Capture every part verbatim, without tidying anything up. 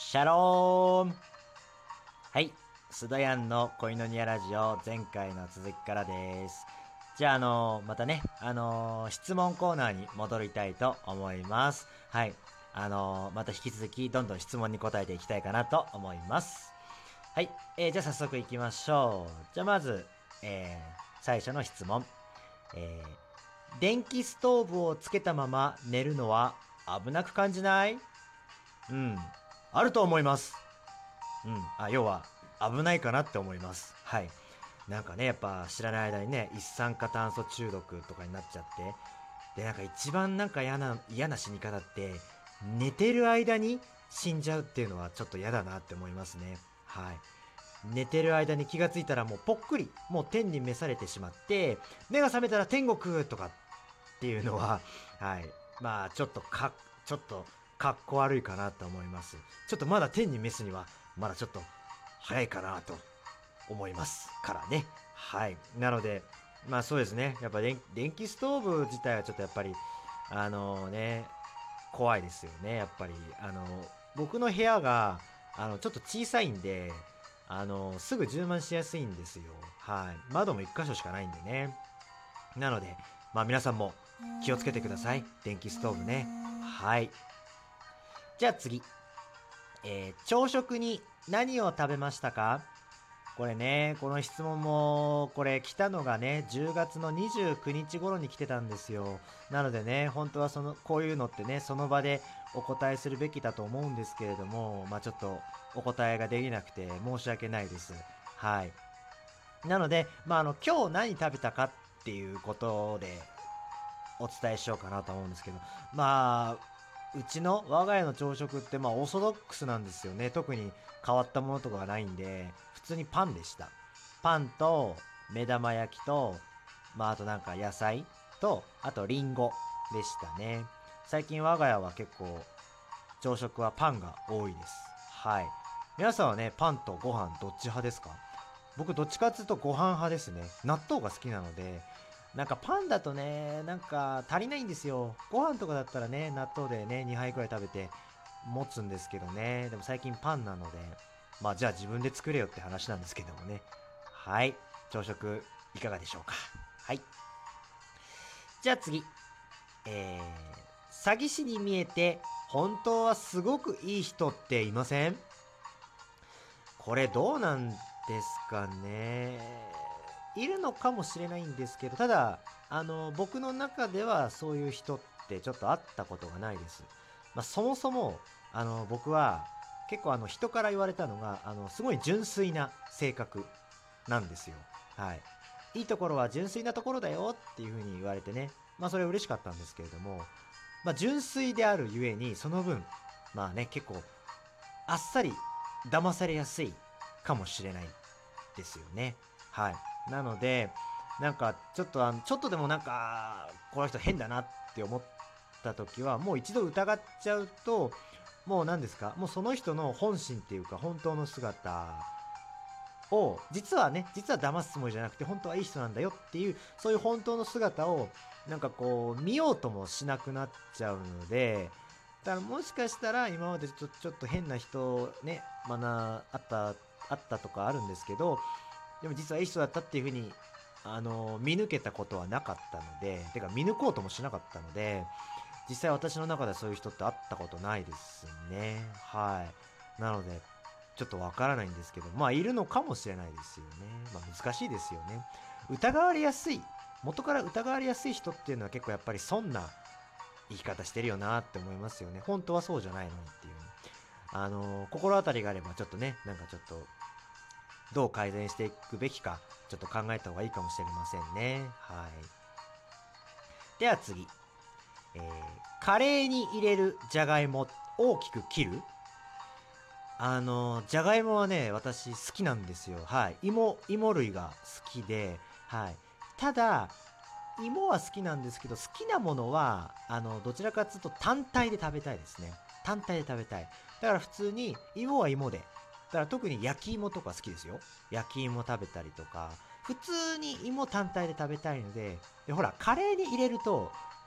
シャローン。はい、スドヤンの恋のニアラジオ前回の続きからです。じゃあ、あのー、またね、あのー、質問コーナーに戻りたいと思います。はい、あのー、また引き続きどんどん質問に答えていきたいかなと思います。はい、えー、じゃあ早速いきましょう。じゃあまず、えー、最初の質問。えー、電気ストーブをつけたまま寝るのは危なく感じない？うん、あると思います。うん、あ、要は危ないかなって思います。はい。なんかね、やっぱ知らない間にね、一酸化炭素中毒とかになっちゃって、で、なんか一番なんか嫌な、嫌な死に方って、寝てる間に死んじゃうっていうのはちょっと嫌だなって思いますね。はい。寝てる間に気がついたらもうぽっくり、もう天に召されてしまって、目が覚めたら天国とかっていうのは、はい。まあ、ちょっとか、ちょっと、かっこ悪いかなと思います。ちょっとまだ天に召すには、まだちょっと早いかなと思いますからね。はい。なので、まあそうですね。やっぱ電電気ストーブ自体はちょっとやっぱり、あのね、怖いですよね。やっぱり、あの、僕の部屋が、あの、ちょっと小さいんで、あの、すぐ充満しやすいんですよ。はい。窓も一箇所しかないんでね。なので、まあ皆さんも気をつけてください。電気ストーブね。はい。じゃあ次。えー朝食に何を食べましたか？これね、この質問も、これ来たのがね、じゅうがつのにじゅうくにち頃に来てたんですよ。なのでね、本当はその、こういうのってね、その場でお答えするべきだと思うんですけれども、まあちょっとお答えができなくて申し訳ないです。はい。なので、まああの、今日何食べたかっていうことでお伝えしようかなと思うんですけど、まあ、うちの我が家の朝食ってまあオーソドックスなんですよね。特に変わったものとかがないんで、普通にパンでした。パンと目玉焼きと、まああとなんか野菜と、あとリンゴでしたね。最近我が家は結構朝食はパンが多いです。はい。皆さんはね、パンとご飯どっち派ですか？僕どっちかっていうとご飯派ですね。納豆が好きなので、なんかパンだとね、なんか足りないんですよ。ご飯とかだったらね、納豆でね、にはいくらい食べて持つんですけどね。でも最近パンなので、まあじゃあ自分で作れよって話なんですけどもね。はい。朝食いかがでしょうか。はい。じゃあ次。えー、詐欺師に見えて本当はすごくいい人っていません？これどうなんですかね。いるのかもしれないんですけど、ただ、あの、僕の中ではそういう人ってちょっと会ったことがないです。まあ、そもそも、あの、僕は結構あの人から言われたのが、あの、すごい純粋な性格なんですよ。はい。いいところは純粋なところだよっていう風に言われてね。まあそれ嬉しかったんですけれども、まあ純粋であるゆえに、その分、まあね、結構あっさり騙されやすいかもしれないですよね。はい。なので、なんかちょっとあの、ちょっとでもなんか、この人変だなって思った時は、もう一度疑っちゃうと、もう何ですか、もうその人の本心っていうか、本当の姿を、実はね、実は騙すつもりじゃなくて、本当はいい人なんだよっていう、そういう本当の姿を、なんかこう、見ようともしなくなっちゃうので、だからもしかしたら今までちょちょっと変な人ね、まな、あった、あったとかあるんですけど、でも実はいい人だったっていうふうに、あの、見抜けたことはなかったので、てか見抜こうともしなかったので、実際私の中ではそういう人って会ったことないですね。はい。なので、ちょっとわからないんですけど、まあいるのかもしれないですよね。まあ難しいですよね。疑われやすい、元から疑われやすい人っていうのは結構やっぱりそんな生き方してるよなって思いますよね。本当はそうじゃないのにっていう。あのー心当たりがあればちょっとね、なんかちょっとどう改善していくべきか、ちょっと考えた方がいいかもしれませんね。はい。では次。えー、カレーに入れるじゃがいも大きく切る？あのじゃがいもはね、私好きなんですよ。はい。芋、芋類が好きで、はい。ただ、芋は好きなんですけど、好きなものは、あの、どちらかというと単体で食べたいですね。単体で食べたい。だから普通に、芋は芋で。だから特に焼き芋とか好きですよ。焼き芋食べたりとか、普通に芋単体で食べたいので、で、ほら、カレーに入れると、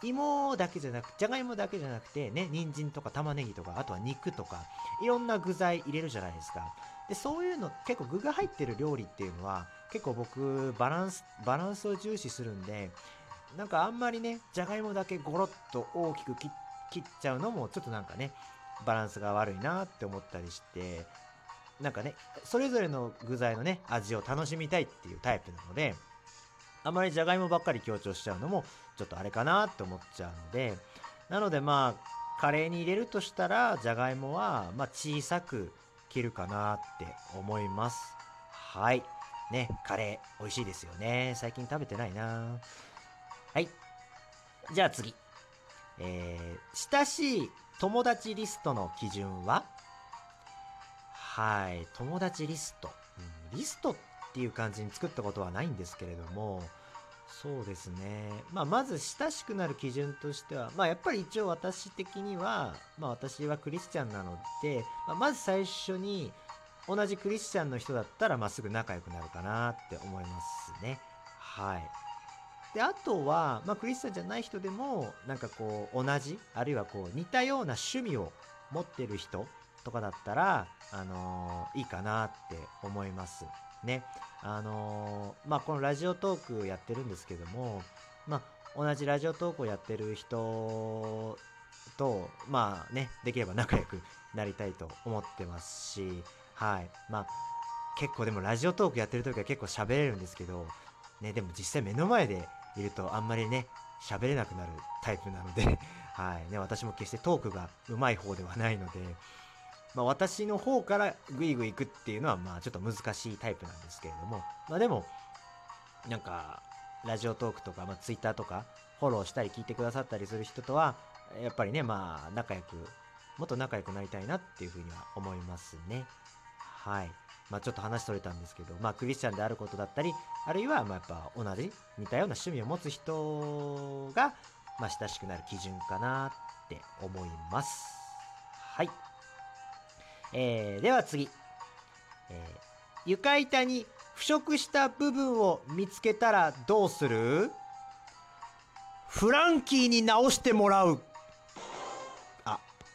芋だけじゃなくじゃがいもだけじゃなくてね、人参とか玉ねぎとか、あとは肉とかいろんな具材入れるじゃないですか。でそういうの結構具が入ってる料理っていうのは結構僕バランスバランスを重視するんで、なんかあんまりねじゃがいもだけゴロッと大きく切切っちゃうのもちょっとなんかねバランスが悪いなって思ったりして、なんかねそれぞれの具材のね味を楽しみたいっていうタイプなので、あまりじゃがいもばっかり強調しちゃうのもちょっとあれかなって思っちゃうので、なのでまあカレーに入れるとしたらじゃがいもはまあ小さく切るかなって思います。はいね、カレー美味しいですよね。最近食べてないな。はい、じゃあ次、えー、親しい友達リストの基準は？はい、友達リスト、うん、リストっていう感じに作ったことはないんですけれども、そうですね、まあ、まず親しくなる基準としては、まあ、やっぱり一応私的には、まあ、私はクリスチャンなので、まあ、まず最初に同じクリスチャンの人だったらまあすぐ仲良くなるかなって思いますね。はい。であとは、まあ、クリスチャンじゃない人でもなんかこう同じあるいはこう似たような趣味を持ってる人とかだったら、あのーいいかなって思いますね。あのーまあこのラジオトークやってるんですけども、まあ同じラジオトークをやってる人とまあねできれば仲良くなりたいと思ってますし、はいまあ結構でもラジオトークやってる時は結構喋れるんですけどね、でも実際目の前でいるとあんまりね喋れなくなるタイプなのではいね、私も決してトークが上手い方ではないので、まあ、私の方からグイグイ行くっていうのはまあちょっと難しいタイプなんですけれども、まあでもなんかラジオトークとか、まあ、ツイッターとかフォローしたり聞いてくださったりする人とはやっぱりね、まあ仲良くもっと仲良くなりたいなっていうふうには思いますね。はい。まあちょっと話それたんですけど、まあクリスチャンであることだったり、あるいはまあやっぱ同じ似たような趣味を持つ人がまあ親しくなる基準かなって思います。はい。えー、では次、えー、床板に腐食した部分を見つけたらどうする？フランキーに直してもらう。あ、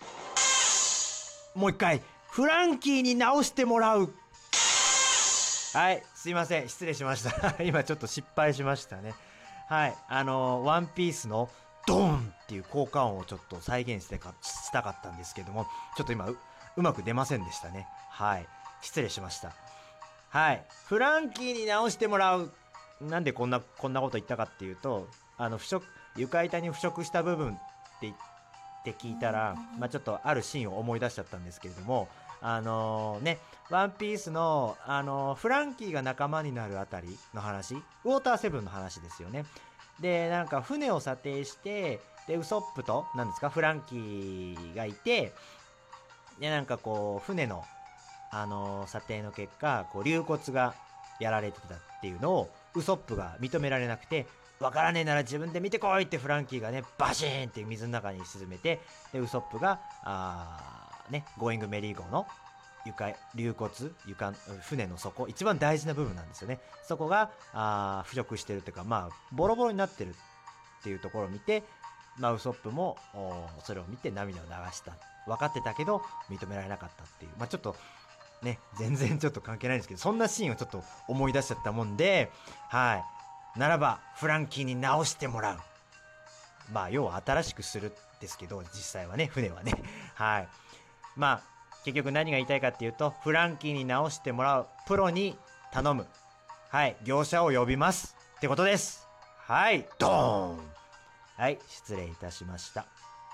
もう一回。フランキーに直してもらう。はい、すいません、失礼しました今ちょっと失敗しましたね。はい、あのー、ワンピースのドーンっていう効果音をちょっと再現してかしたかったんですけども、ちょっと今 う, うまく出ませんでしたね。はい、失礼しました。はい、フランキーに直してもらう。なんでこんなこんなこと言ったかっていうと、あの腐食床板に腐食した部分って言って聞いたら、まあ、ちょっとあるシーンを思い出しちゃったんですけれども、あのー、ねワンピースの、あのー、フランキーが仲間になるあたりの話、ウォーターセブンの話ですよね。でなんか船を査定して、でウソップと何ですかフランキーがいて、でなんかこう船の、あのー、査定の結果こう龍骨がやられてたっていうのをウソップが認められなくて、わからねえなら自分で見てこいってフランキーがねバシーンって水の中に沈めて、でウソップがあーねゴーイングメリー号の床龍骨床船の底一番大事な部分なんですよね。そこがあ腐食してるっていうか、まあボロボロになってるっていうところを見て、まあ、ウソップもそれを見て涙を流した。分かってたけど認められなかったっていう、まあちょっとね全然ちょっと関係ないんですけど、そんなシーンをちょっと思い出しちゃったもんで、はいならばフランキーに直してもらう。まあ要は新しくするですけど、実際はね船はねはいまあ結局何が言いたいかっていうと、フランキーに直してもらう、プロに頼む、はい業者を呼びますってことです。はいドーン。はい失礼いたしました。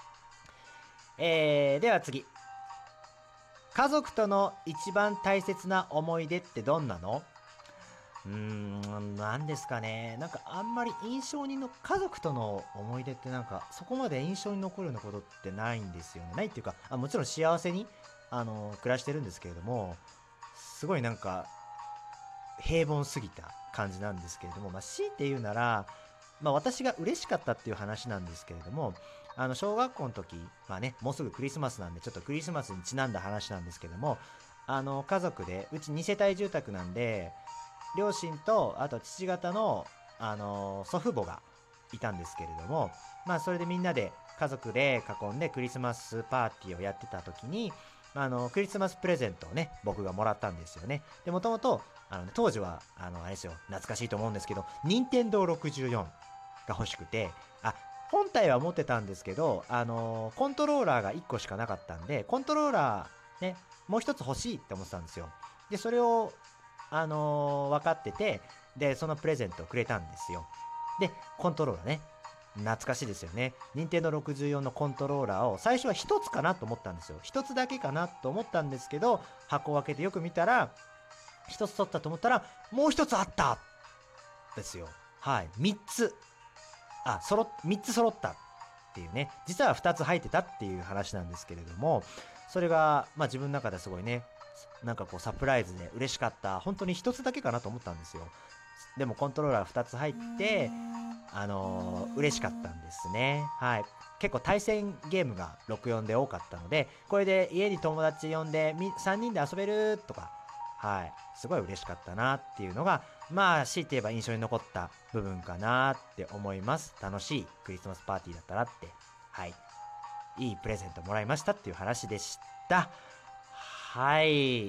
えー、では次、家族との一番大切な思い出ってどんなの？うーん何ですかね、なんかあんまり印象にの家族との思い出ってなんかそこまで印象に残るようなことってないんですよね。ないっていうか、あもちろん幸せにあの暮らしてるんですけれども、すごいなんか平凡すぎた感じなんですけれども、まあ、強いて言うなら、まあ、私が嬉しかったっていう話なんですけれども、あの小学校の時、まあね、もうすぐクリスマスなんでちょっとクリスマスにちなんだ話なんですけども、あの家族でうちに世帯住宅なんで、両親とあと父方の、あの祖父母がいたんですけれども、まあそれでみんなで家族で囲んでクリスマスパーティーをやってた時に、あのクリスマスプレゼントをね僕がもらったんですよね。でもともとあの、ね、当時はあのあれですよ、懐かしいと思うんですけど任天堂ろくじゅうよんが欲しくて、あ本体は持ってたんですけど、あのコントローラーがいっこしかなかったんで、コントローラーねもう一つ欲しいって思ってたんですよ。でそれをあの分かってて、でそのプレゼントをくれたんですよ。でコントローラーね、懐かしいですよね。任天堂ろくじゅうよんのコントローラーを最初はひとつかなと思ったんですよ。ひとつだけかなと思ったんですけど、箱を開けてよく見たらひとつ取ったと思ったらもうひとつあったですよ。はい、みっつ、あそろみっつ揃ったっていうね、実はふたつ入ってたっていう話なんですけれども、それがまあ自分の中ですごいね、なんかこうサプライズで嬉しかった。本当にひとつだけかなと思ったんですよ。でもコントローラーふたつ入ってあのー、嬉しかったんですね。はい。結構対戦ゲームがろくよんで多かったので、これで家に友達呼んでさんにんで遊べるとか、はい、すごい嬉しかったなっていうのが、まあ強いて言えば印象に残った部分かなって思います。楽しいクリスマスパーティーだったなって、はい、いいプレゼントもらいましたっていう話でした。はい、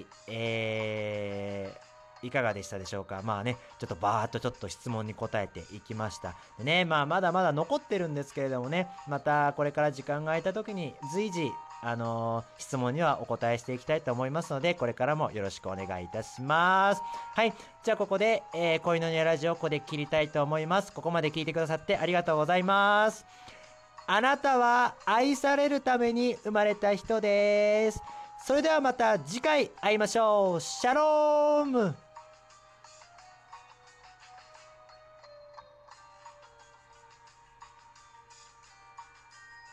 えー、いかがでしたでしょうか。まあね、ちょっとバーっとちょっと質問に答えていきました。でね、まあまだまだ残ってるんですけれどもね、またこれから時間が空いた時に随時、あのー、質問にはお答えしていきたいと思いますので、これからもよろしくお願いいたします。はい、じゃあここで、えー、恋のニャラジオここで切りたいと思います。ここまで聞いてくださってありがとうございます。あなたは愛されるために生まれた人です。それではまた次回会いましょう。シャローム。